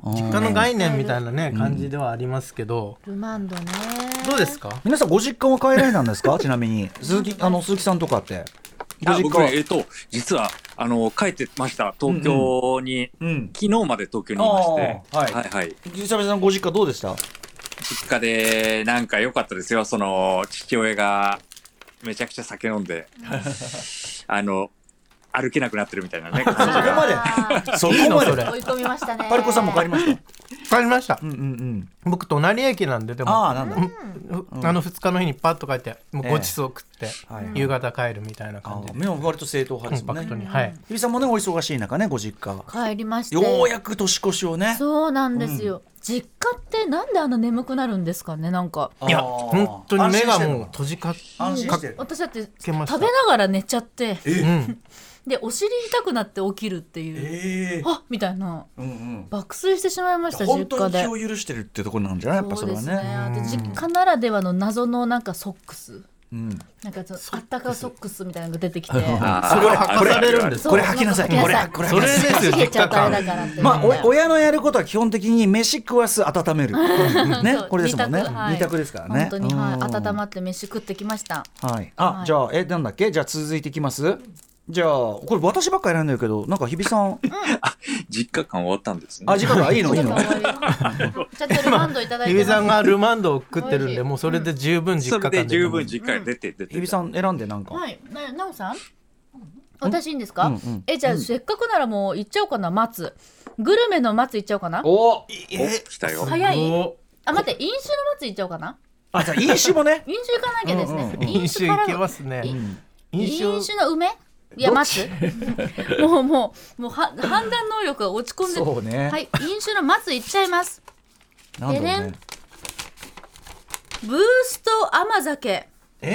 実家の概念みたいなね感じではありますけど、 ルマンドね。 どうですか？ 皆さんご実家は帰られたんですか？ちなみに鈴木さんとかってご実僕家実は帰ってました。東京に、昨日まで東京にいまして、はい久々のご実家どうでした？ 実家でなんか良かったですよ。その父親がめちゃくちゃ酒飲んで歩けなくなってるみたいなね。 そこまでそこまで追い込みましたね。 パリコさんも帰りました？ 帰りました。僕隣駅なんで、でも2日の日にパッと帰ってもうごちそう食って夕方帰るみたいな感じで、 割と正統派ですもんね。 コンパクトに。はい。 日比さんもねお忙しい中ねご実家帰りまして、 ようやく年越しをね。 そうなんですよ。実家ってなんで眠くなるんですかね。なんかいや本当に目がもう閉じか安心してる。 私だって食べながら寝ちゃって、でお尻痛くなって起きるっていう、あみたいな、爆睡してしまいました。実家で本当に気を許してるってところなんじゃない？やっぱそれはね。 あと実家ならではの謎のなんかソックス、なんかあったかソックスみたいなのが出てきて、それを履かされるんです。 これ履きなさい。これそれですよ実家感。 まあ親のやることは基本的に飯食わす温めるね、これですもんね。二択ですからね。 本当に温まって飯食ってきました。 はい。じゃあなんだっけ？じゃあ続いていきます。じゃあこれ私ばっかり選んでるけど、なんか日比さん実家感終わったんですね。 実家感いいのいいの。 ちゃんとルマンドいただいてます。 日比さんがルマンドを食ってるんで、もうそれで十分実家感で。 それで十分実家出て。 日比さん選んでなんか。 はい。なおさん？私いいんですか？じゃあせっかくならもう行っちゃおうかな。松グルメの松行っちゃおうかな。 来たよ。 早い。待って飲酒の松行っちゃおうかな。 じゃあ飲酒もね。 飲酒行かなきゃですね。 飲酒行けますね。 飲酒の梅？いや松もう判断能力が落ち込んでる。 そうね。 はい、飲酒の松いっちゃいます。 なんだろうね。 ブースト甘酒。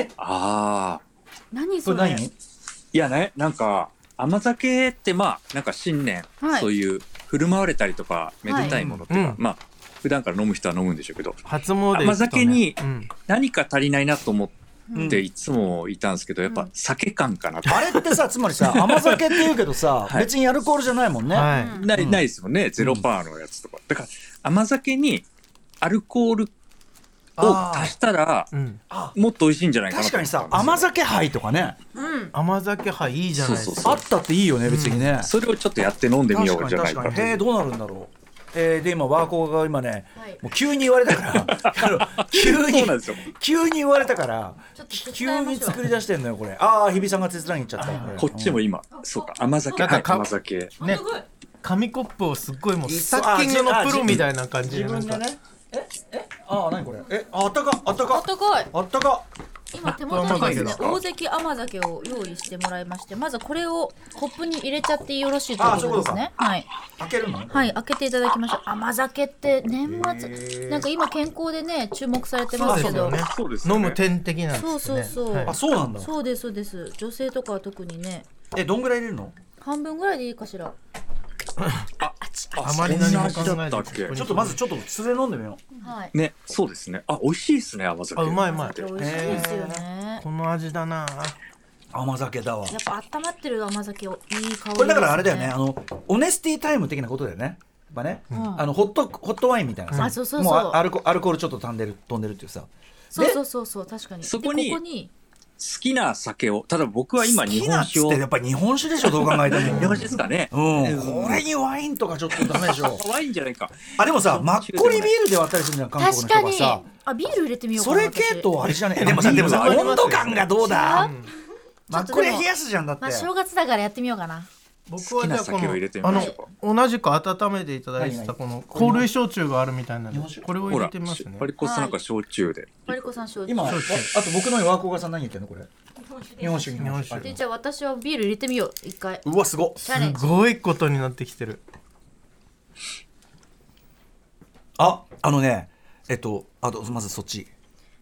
何それ？ いやね、なんか甘酒ってなんか新年、そういう振る舞われたりとかめでたいものっていうか、普段から飲む人は飲むんでしょうけど、 初詣甘酒に何か足りないなと思っていつもいたんですけど、やっぱ酒感かなと。 あれってさ、つまりさ甘酒って言うけどさ、別にアルコールじゃないもんね。 ないですもんね。0%のやつとか。だから甘酒にアルコールを足したらもっと美味しいんじゃないかなと。 確かにさ、甘酒杯とかね、 甘酒杯いいじゃないですか。 あったっていいよね、別にね。 それをちょっとやって飲んでみようじゃないかと。 どうなるんだろう。で今ワーコーが今ね、もう急に言われたから急に言われたから急に作り出してんのよこれ。日比さんが手伝いに行っちゃった。 こっちも今そうか、甘酒甘酒ね、紙コップをすっごいもうスタッキングのプロみたいな感じで、 自分でね。何これ？あったか。 今手元にですね、大関甘酒を用意してもらいまして、まずこれをコップに入れちゃってよろしいということですね。はい。 開けるの？ はい、開けていただきました。甘酒って年末なんか今健康でね注目されてますけど、 飲む点滴なんですね。 そう。 そうなんだ。 そうです。女性とかは特にね。 どんぐらい入れるの？ 半分ぐらいでいいかしら。 あまり何も考えない。 ちょっとまず素で飲んでみよう。はい。ね、そうですね。美味しいですね、甘酒。 うまい。 美味しいですよね。 この味だな。 甘酒だわ。 やっぱ温まってる甘酒をいい香りですね。 これだからあれだよね。オネスティタイム的なことだよね。やっぱね。ホットワインみたいなさ。もうアルコールちょっと飛んでるっていうさ。 そう確かに。 そこに好きな酒を、ただ僕は今日本酒を。 やっぱ日本酒でしょ、どう考えても。 日本酒ですかね。 これにワインとかちょっとダメでしょ。 ワインじゃないか。 でもさ、マッコリビールで割ったりするじゃん、韓国の人がさ。 ビール入れてみようかな。 それ系統あれじゃねえ。でもさ温度感がどうだ。マッコリ冷やすじゃんだって。 正月だからやってみようかな。 僕はじゃあ同じく温めていただいてたこの香類焼酎があるみたいなので、これを入れてみますね。 パリコさんなんか焼酎で。 パリコさん焼酎。 今あと僕のワーコーガさん何言ってんのこれ？日本酒。 でじゃあ私はビール入れてみよう一回。 うわすご。 すごいことになってきてる。 まずそっち。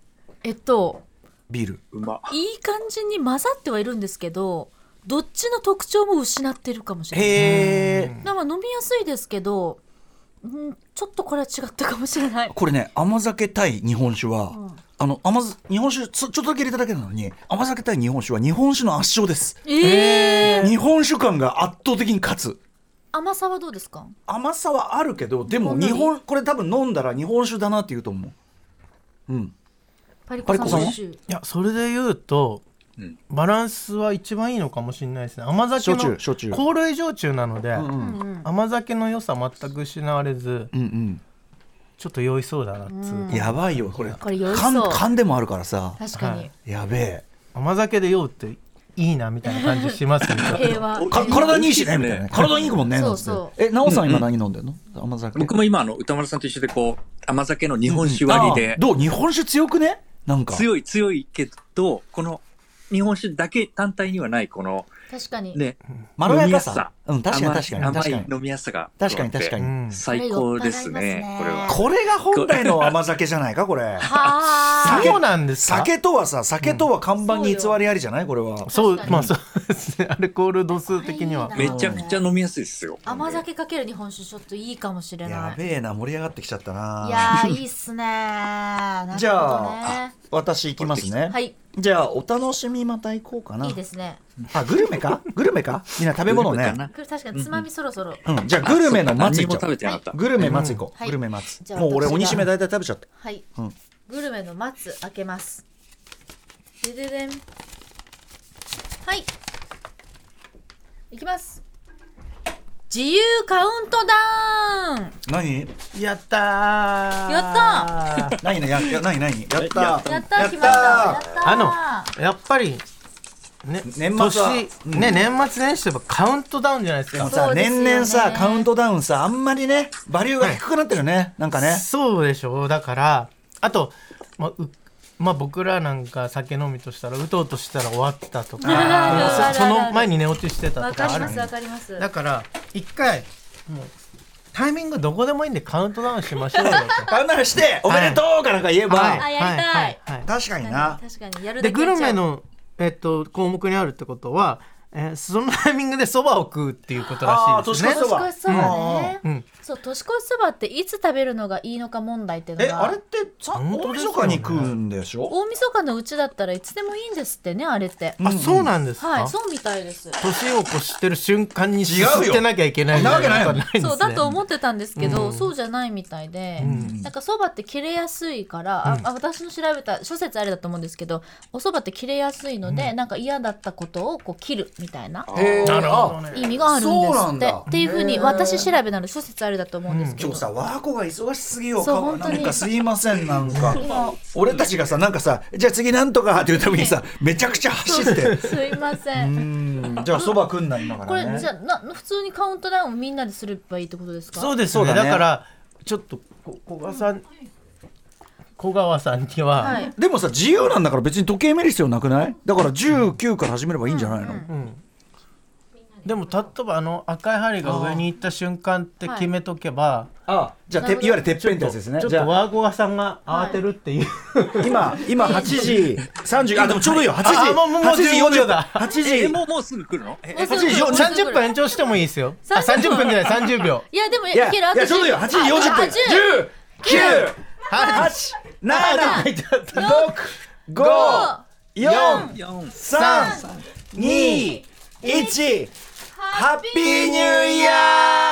ビール。 いい感じに混ざってはいるんですけど、どっちの特徴も失ってるかもしれない。だから飲みやすいですけど、ちょっとこれは違ったかもしれない。 これね、甘酒対日本酒は、日本酒ちょっとだけ入れただけなのに、甘酒対日本酒は日本酒の圧勝です。日本酒感が圧倒的に勝つ。 甘さはどうですか？ 甘さはあるけど、でもこれ多分飲んだら日本酒だなって言うと思う。 パリコさんは？ いや、それで言うと、バランスは一番いいのかもしれないですね。甘酒の香類焼酎なので、甘酒の良さ全く失われず、ちょっと酔いそうだなっつう。 やばいよこれ酔いそう。 缶でもあるからさ。 確かに、 やべえ。 甘酒で酔うっていいなみたいな感じしますね。 平和。 体にいいしねみたいな。体にいいもんね。 そうそう。 なおさん今何飲んでんの？甘酒。 僕も今歌丸さんと一緒でこう甘酒の日本酒割りで。 どう？日本酒強くね？なんか強いけど、この日本酒だけ単体にはないこの確かにね、 まろやかさ。確かに甘い飲みやすさが確かに最高ですね。これはこれが本来の甘酒じゃないかこれ。 そうなんですか。 酒とは看板に偽りありじゃないこれは。 そうですね。アルコール度数的にはめちゃくちゃ飲みやすいですよ。 甘酒かける日本酒ちょっといいかもしれない。 やべえな、盛り上がってきちゃったな。 いやいいっすね。 じゃあ私行きますね。 はい。 じゃあお楽しみまた行こうかな。 いいですね。 グルメかみんな食べ物ね。 確かにつまみそろそろ。 じゃあグルメの松行こう。 グルメ松行こう。グルメ松。もう俺鬼しめ大体食べちゃった。 はい。グルメの松開けます。でででん。はい。いきます。自由カウントダウン。 何？ やったー。 やった。 何？やった。 やった来ました。 やっぱり。ね、年末年始といえばカウントダウンじゃないですか。 さ年々さカウントダウンさあんまりねバリューが低くなってるね、なんかね。 そうでしょう。だからあと僕らなんか酒飲みとしたらうとうとしたら終わったとかその前に寝落ちしてたとかある。 わかります。 だから一回もうタイミングどこでもいいんでカウントダウンしましょうよと。 カウントダウンしておめでとうかなんか言えば、 やりたい。 確かにな。 やるだけ。 でグルメの項目にあるってことは、そのタイミングでそばを食うっていうことらしいですね。 年越しそばね。そう、年越しそばっていつ食べるのがいいのか問題っていうのが。 あれって大晦日に食うんでしょ？ 大晦日のうちだったらいつでもいいんですってね、あれって。 あ、そうなんですか？ はい、そうみたいです。 年を越してる瞬間にすってなきゃいけないなわけないよ。 そうだと思ってたんですけど、そうじゃないみたいで、なんかそばって切れやすいから、私の調べた諸説あれだと思うんですけど、おそばって切れやすいので、なんか嫌だったことをこう切るみたいな意味があるんですっていうふうに私調べなので諸説あれだと思うんですけど。 さワーコが忙しすぎよ。 なんかすいません、なんか俺たちがさなんかさじゃあ次なんとかっていうためにさめちゃくちゃ走ってすいません。 じゃあそば食んない今からね。 これじゃあ普通にカウントダウンみんなですればいいってことですか？ そうですね。だからちょっと小川さんには、 でもさ自由なんだから別に時計見る必要なくない？だから19から始めればいいんじゃないの？ でも例えば赤い針が上に行った瞬間って決めとけば、 じゃあいわゆるてっぺんってやつですね。 ちょっとワーゴガさんが慌てるっていう、 今8時30でもちょうどいいよ。8時40だ。8時もうすぐ来るの ？8時 30分延長してもいいですよ。30分じゃない30秒。 いやでもいける。 いやちょうどいいよ。8時40分。10、9、8、7、6、5、4、3、2、1。ハッピーニューイヤ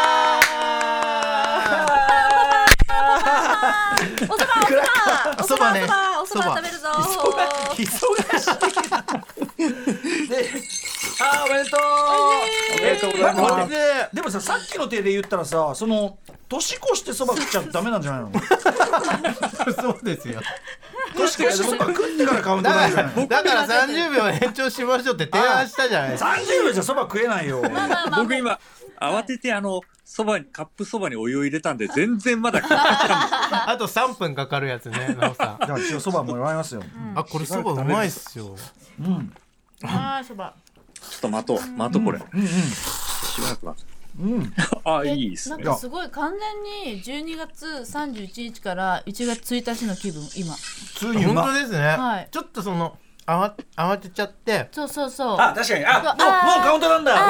ー。おそば食べるぞ。 忙しいでおめでとう。 おめでとうございます。 でもさっきの手で言ったらさその年越してそば食っちゃダメなんじゃないの？ そうですよ。 年越してそば食ってからカウントダウンじゃないの？ だから30秒延長しましょうって提案したじゃないですか。 30秒じゃそば食えないよ。 僕今慌ててカップそばにお湯を入れたんで全然まだあと3分かかるやつね。なおさん。 じゃあ一応そばもらいますよ。 これそばうまいっすよ。 そば。 ちょっと待とこれ。しばらく待つ。いいですね。 なんかすごい完全に12月31日から1月1日の気分今。 本当ですね。ちょっと慌てちゃって。 そう。 確かにもうカウントなんだ。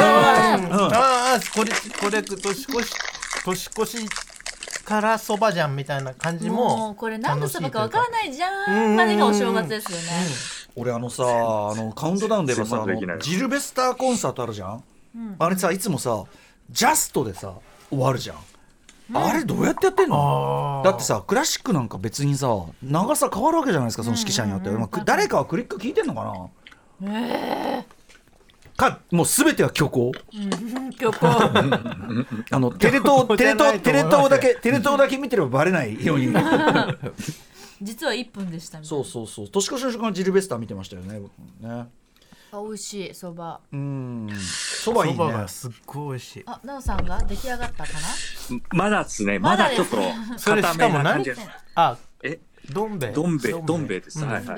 これ年越しからそばじゃんみたいな感じも。 これ何のそばかわからないじゃんまでがお正月ですよね。 俺カウントダウンで言えばさジルベスターコンサートあるじゃん。あれさいつもさジャストでさ終わるじゃん、あれどうやってやってんの？だってさクラシックなんか別にさ長さ変わるわけじゃないですか、その指揮者によって、誰かはクリック聞いてんのかな、かもう全ては虚構、 虚構テレ東だけ見てればバレないように実は1分でしたみたいな。 そう年越しの瞬間ジルベスター見てましたよね、 あ美味しいそば。 そばいいね。 そばがすっごい美味しい。 なおさんが出来上がったかな。 まだですね、まだちょっとそれしかも何？どん兵衛です。はい。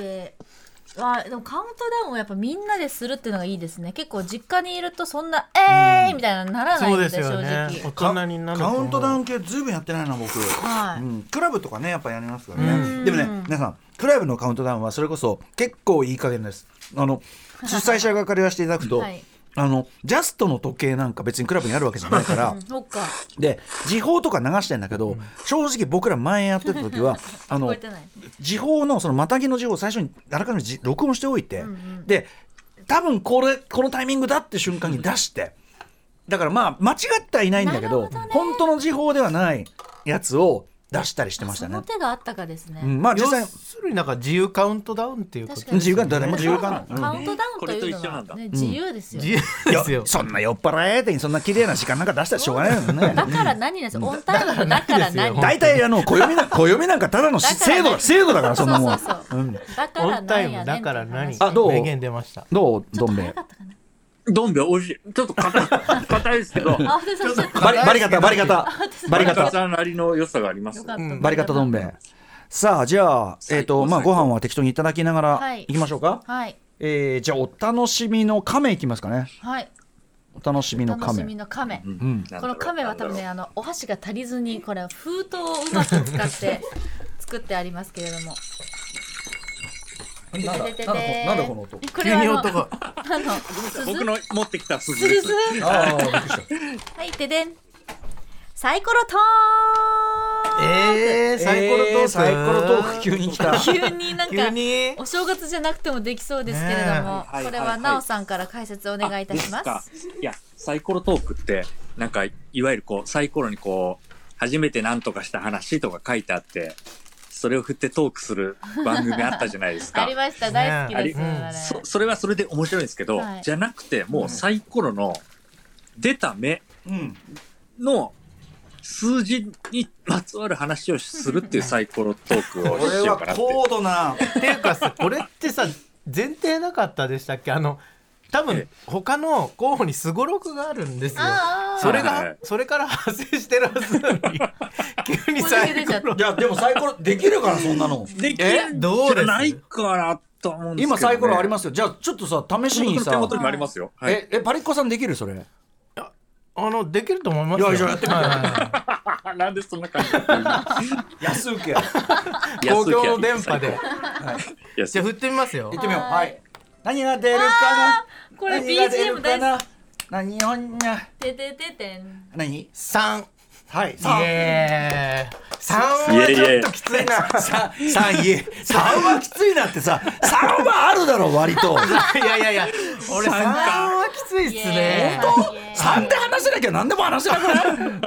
でもカウントダウンをやっぱみんなでするっていうのがいいですね。結構実家にいるとそんなみたいなならないので、正直大人になるとカウントダウン系ずいぶんやってないな僕、クラブとかねやっぱやりますからね。でもね皆さんクラブのカウントダウンはそれこそ結構いい加減です。主催者側から言わせていただくと、ジャストの時計なんか別にクラブにあるわけじゃないからで時報とか流してんだけど、正直僕ら前やってた時は時報のそのまたぎの時報を最初にあらかじめ録音しておいて、で多分このタイミングだって瞬間に出して、だからまあ間違ってはいないんだけど、本当の時報ではないやつを出したりしてましたね。 その手があったかですね。 まあ実際要するになんか自由カウントダウンっていうこと。 自由が誰も自由かな。 カウントダウンというのはね自由ですよ。 自由ですよ。 そんな酔っ払い相手にそんな綺麗な時間なんか出したらしょうがないよね。 だから何なんですよ。オンタイムのだから何。 大体暦なんかただの制度だからそんなもん。 だから何やねん。 だから何。 どう？ 名言出ました。 どうどん兵衛。 どん兵衛美味しい。ちょっと硬いですけど。 バリ方さんなりの良さがあります。 バリ方どん兵衛。さあじゃあご飯は適当にいただきながらいきましょうか。 はい。 じゃあお楽しみの亀いきますかね。 はい。 お楽しみの亀。 この亀は多分ねお箸が足りずにこれは封筒をうまく使って作ってありますけれども。 なんだこの音。 これは僕の持ってきた鈴です。はいででん。サイコロトーク。 サイコロトーク急に来た。 急になんかお正月じゃなくてもできそうですけれども、これはなおさんから解説お願いいたします。 いやサイコロトークってなんかいわゆるこうサイコロにこう初めて何とかした話とか書いてあって。それを振ってトークする番組あったじゃないですか。 ありました、大好きです。 それはそれで面白いんですけど、じゃなくてもうサイコロの出た目の数字にまつわる話をするっていうサイコロトークをしようかなって。 これは高度な。 っていうかさ、これってさ前提なかったでしたっけ？多分他の候補にすごろくがあるんですよ。それから派生してるはずなのに急にサイコロ。 いやでもサイコロできるからそんなの。 できるんじゃないかなと思うんですけどね。 今サイコロありますよ。じゃあちょっとさ試しにさ。 手元にもありますよ。 パリッコさんできるそれ？ できると思いますよ。 いややってみよう。なんでそんな感じ？ 安請け。 公共の電波で。じゃあ振ってみますよ。 行ってみよう。はい。何が出るかな。 これ BGM 大好き。 何ほんにゃ。 ててててん。 何 ？3。 はい。 3はちょっときついな。 3はきついなってさ。3はあるだろ割と。 いや俺3はきついっすね。 本当？3で話せなきゃ何でも話せなくない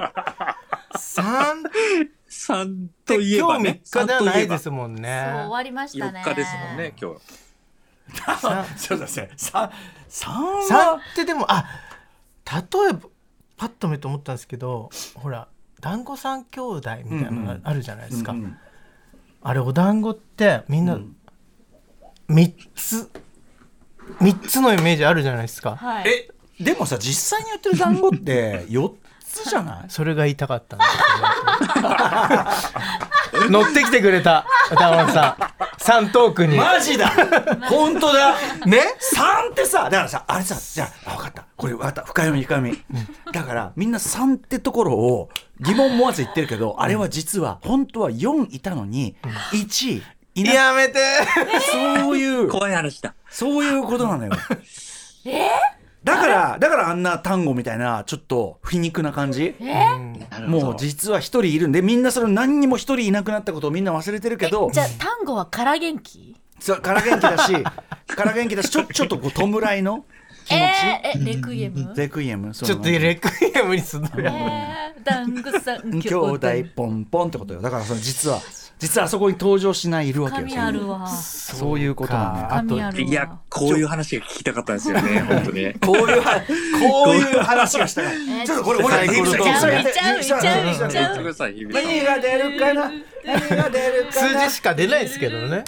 ？3といえばね。 今日3日ではないですもんね。 そう終わりましたね。 4日ですもんね今日。 そうですね。3 ってでも例えばパッと見て思ったんですけど、ほら団子三兄弟みたいなのがあるじゃないですか。あれお団子ってみんな3つのイメージあるじゃないですか。 でもさ実際にやってる団子って4つじゃない？ それが言いたかったんですけど乗ってきてくれた歌丸さん3トークに。 マジだ本当だね。 3ってさだからさあれさじゃあ分かったこれ分かった深読みだからみんな3ってところを疑問思わず言ってるけどあれは実は本当は4いたのに1いない。 やめてそういう怖い話だ。 そういうことなのよ。だからあんな単語みたいなちょっと皮肉な感じ。もう実は一人いるんでみんなそれ何にも一人いなくなったことをみんな忘れてるけど。 じゃあ単語はから元気？ そうから元気だしちょっとこう弔いの気持ち、 レクイエムレクイエム、 ちょっとレクイエムにすんのよ、 ダングさん兄弟ポンポンってことよ。だからその実はあそこに登場しないいるわけよ。 神あるわ。 そういうことなんだよ。 いや、こういう話が聞きたかったんですよね、本当に。 こういう話がしたから。ちょっとこれサイクルトークねいっちゃう何が出るかな、何が出るかな。 数字しか出ないですけどね。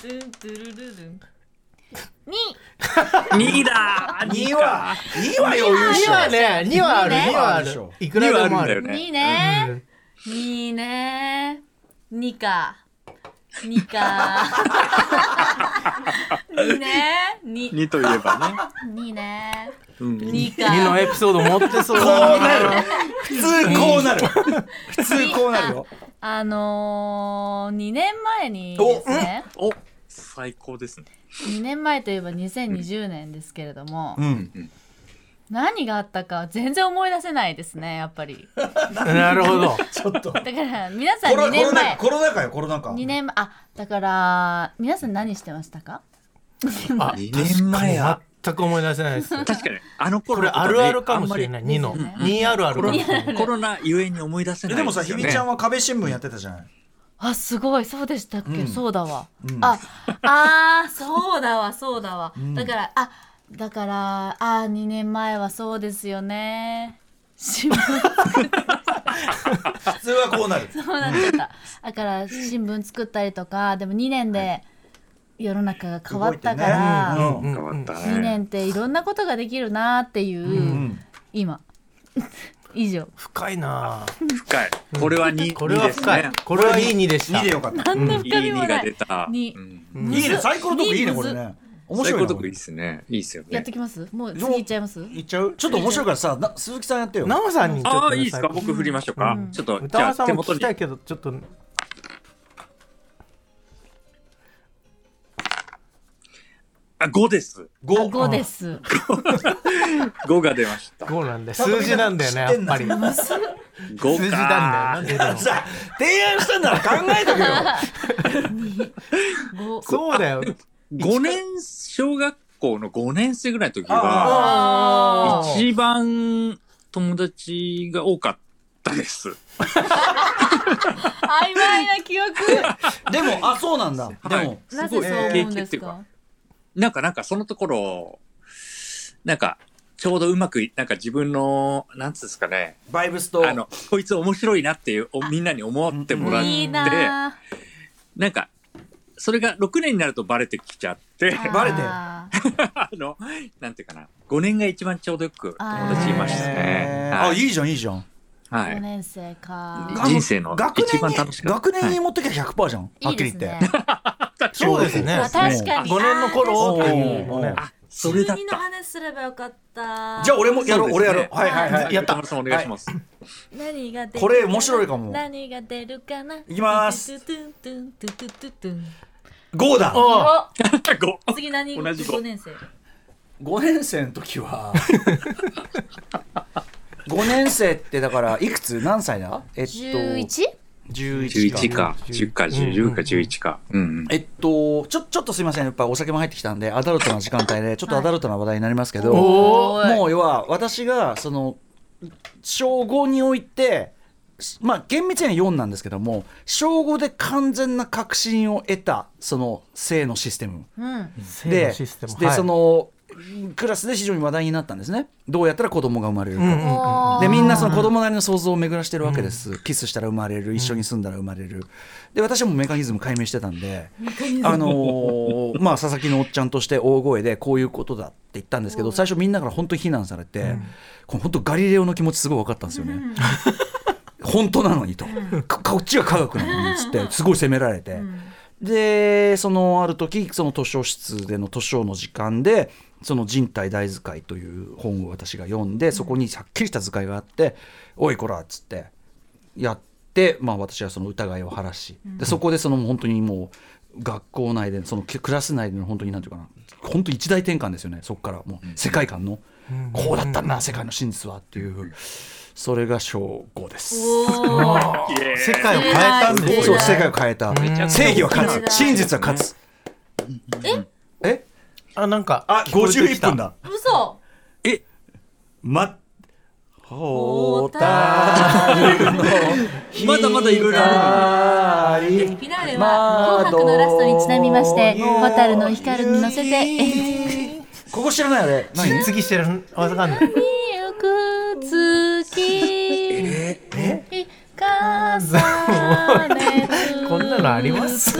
2だー。 2は余裕し 2はね、2はある、 ね 2はある。いくらでもある。 2ね、2ね、2か2ね、 2といえばね。 2ね、 2 か 2のエピソード持ってそうこうだなる。普通こうなる。普通こうなるよ。 2年前にですね、 お、最高ですね。 2年前といえば2020年ですけれども、 うん何があったか全然思い出せないですね、やっぱり。 なるほど。 ちょっとだから皆さん2年前コロナ禍よ、コロナ禍。 2年前、だから皆さん何してましたか 2年前は全く思い出せないです。 確かにあの頃これあるあるかもしれない。2の2あるあるかもしれない。 コロナゆえに思い出せないでもさ、ひびちゃんは壁新聞やってたじゃない。 すごい、そうでしたっけ、そうだわ、そうだわ、だから2年前はそうですよね。新聞普通はこうなる。 そうなっちゃった。だから新聞作ったりとか、でも2年で世の中が変わったから、 変わったね。 2年っていろんなことができるなっていう、今以上。 深いな。 深い。これは2。 これは深い。これはいい2でした。 2でよかった。 何の深みもない。 いい2が出た。 いいね、サイコロトークいいね、これね。面白い。 サイコロトークいいですね。いいですよね。 やってきます？もう次いっちゃいます？ いっちゃう？ちょっと面白いからさ、鈴木さんやってよ。 生さんにちょっと。 いいですか？僕振りましょうか。ちょっとじゃあ手元に。聞きたいけどちょっと。 5です。 5です。 5が出ました。 5なんで数字なんだよね、やっぱり。 5 数字なんだよな。 さ、提案したんなら考えとけよ。そうだよ。 5年小学校の5年生ぐらいの時は一番友達が多かったです。 曖昧な記憶。 でもそうなんだ。でもなぜそう思うんですか？ なんかそのところなんかちょうどうまくなんか自分のなんつうんですかね、 バイブスとこいつ面白いなっていうみんなに思ってもらって、 いいな、 なんかそれが6年になるとバレてきちゃってバレてなんていうかな、5年が一番ちょうどよく友達いましたね。 いいじゃんいいじゃん。 はい。 5年生か。 人生の一番楽しかった。 学年に持ってきゃ 100% じゃん。はっきり言って。 そうですね。 確かに。 5年の頃っていうのね。 それだった。 中2の話すればよかった。 じゃあ俺もやろう。俺やろう。はいはいはい。 やった。お願いします。 何が出る？ これ面白いかも。 何が出るかな。 いきます。5だ。 5。次何？5年生。 5年生の時は5年生ってだからいくつ何歳だ ？11？ 11か10か10か11か、ちょっとすいません、やっぱお酒も入ってきたんでアダルトな時間帯でちょっとアダルトな話題になりますけど、もう要は私がその小5においてまあ厳密には4なんですけども、小5で完全な確信を得たその性のシステム、でそのクラスで非常に話題になったんですね。どうやったら子供が生まれるか、でみんなその子供なりの想像を巡らしてるわけです、キスしたら生まれる、一緒に住んだら生まれる。で私はもうメカニズム解明してたんで、まあ佐々木のおっちゃんとして大声でこういうことだって言ったんですけど、最初みんなから本当に非難されて、本当ガリレオの気持ちすごい分かったんですよね、本当なのにと、こっちが科学なのにっつってすごい責められて、でそのある時その図書室での図書の時間でその人体大図解という本を私が読んで、そこにはっきりした図解があって、おいこらっつってやって、まあ、私はその疑いを晴らし、でそこでその本当にもう学校内でそのクラス内での本当になんていうかな、本当一大転換ですよね。そこからもう世界観の、こうだったんだ世界の真実はっていう、それが小5です。 世界を変えたんですよ。そう、世界を変えた。正義は勝つ、真実は勝つ。 えなんかあ 51分だ。 嘘。 ホタルのまだまだいろいろある。 フィナーレは紅白のラストにちなみましてホタルの光に乗せてここ知らないあれ何次知らんわかんない見ゆく月重ねこんなのあります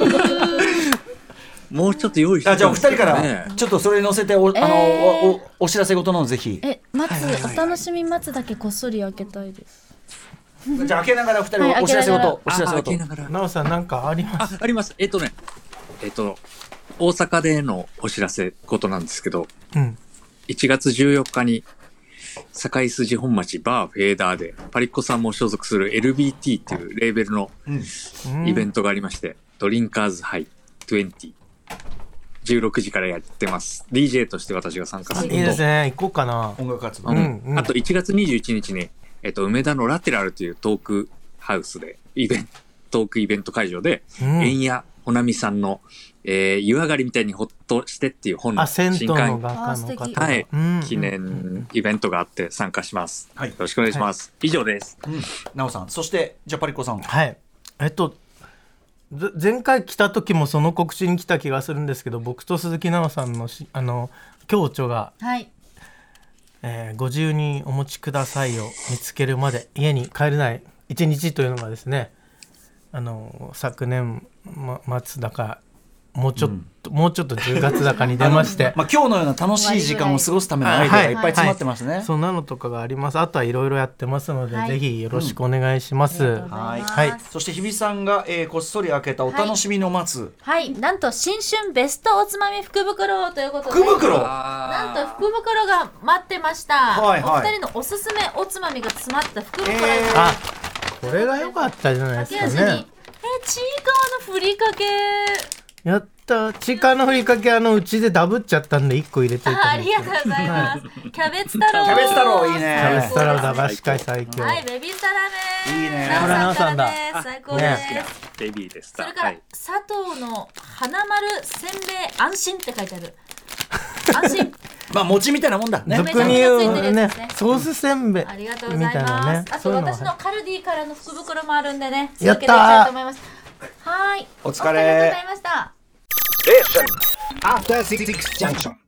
もうちょっと用意して、 じゃあお二人からちょっとそれに載せてお知らせ事のぜひお楽しみ待つだけこっそり開けたいです。 じゃあ開けながら二人お知らせ事開けながらなおさんなんかあります？ あります。大阪でのお知らせことなんですけど、1月14日に堺筋本町バーフェーダーでパリッコさんも所属する LBT っていうレーベルのイベントがありまして、ドリンカーズハイ20 16時からやってます。 DJ として私が参加すること。 いいですね、行こうかな。 音楽活動、 あと1月21日に、梅田のラテラルというトークハウスでトークイベント会場で、円谷ほなみさんの、湯上がりみたいにほっとしてっていう本の銭湯の画家の方、 記念イベントがあって参加します、よろしくお願いします、以上です。 なおさん、そしてじゃあパリッコさん。 前回来た時もその告知に来た気がするんですけど、僕と鈴木奈緒さんの共著が、ご自由にお持ちくださいを見つけるまで家に帰れない一日というのがですね、昨年末だかもうちょっと10月だかに出まして今日のような楽しい時間を過ごすためのアイデアがいっぱい詰まってますね。 そんなのとかがあります。あとはいろいろやってますので、ぜひよろしくお願いします。 そして日比さんが、こっそり開けたお楽しみの待つ、 なんと新春ベストおつまみ福袋ということで、 福袋なんと福袋が待ってました、お二人のおすすめおつまみが詰まった福袋です、 これが良かったじゃないですかね。 ちいかわのふりかけやった。ちいかわのふりかけうちでダブっちゃったんで1個入れていたありがとうございますキャベツ太郎、 キャベツ太郎いいね。 キャベツ太郎駄菓子会最強。 ベビーサラメいいね。 これなおさんだ。 最高です、 ベビーです。 それから、佐藤の花丸せんべい安心って書いてある安心餅みたいなもんだね。 俗に言うね、ソースせんべいありがとうございます。あと私のカルディからの福袋もあるんでね、 やったー。 続けていきたいと思います。 お疲れ。 ありがとうございました。 After 66 junction.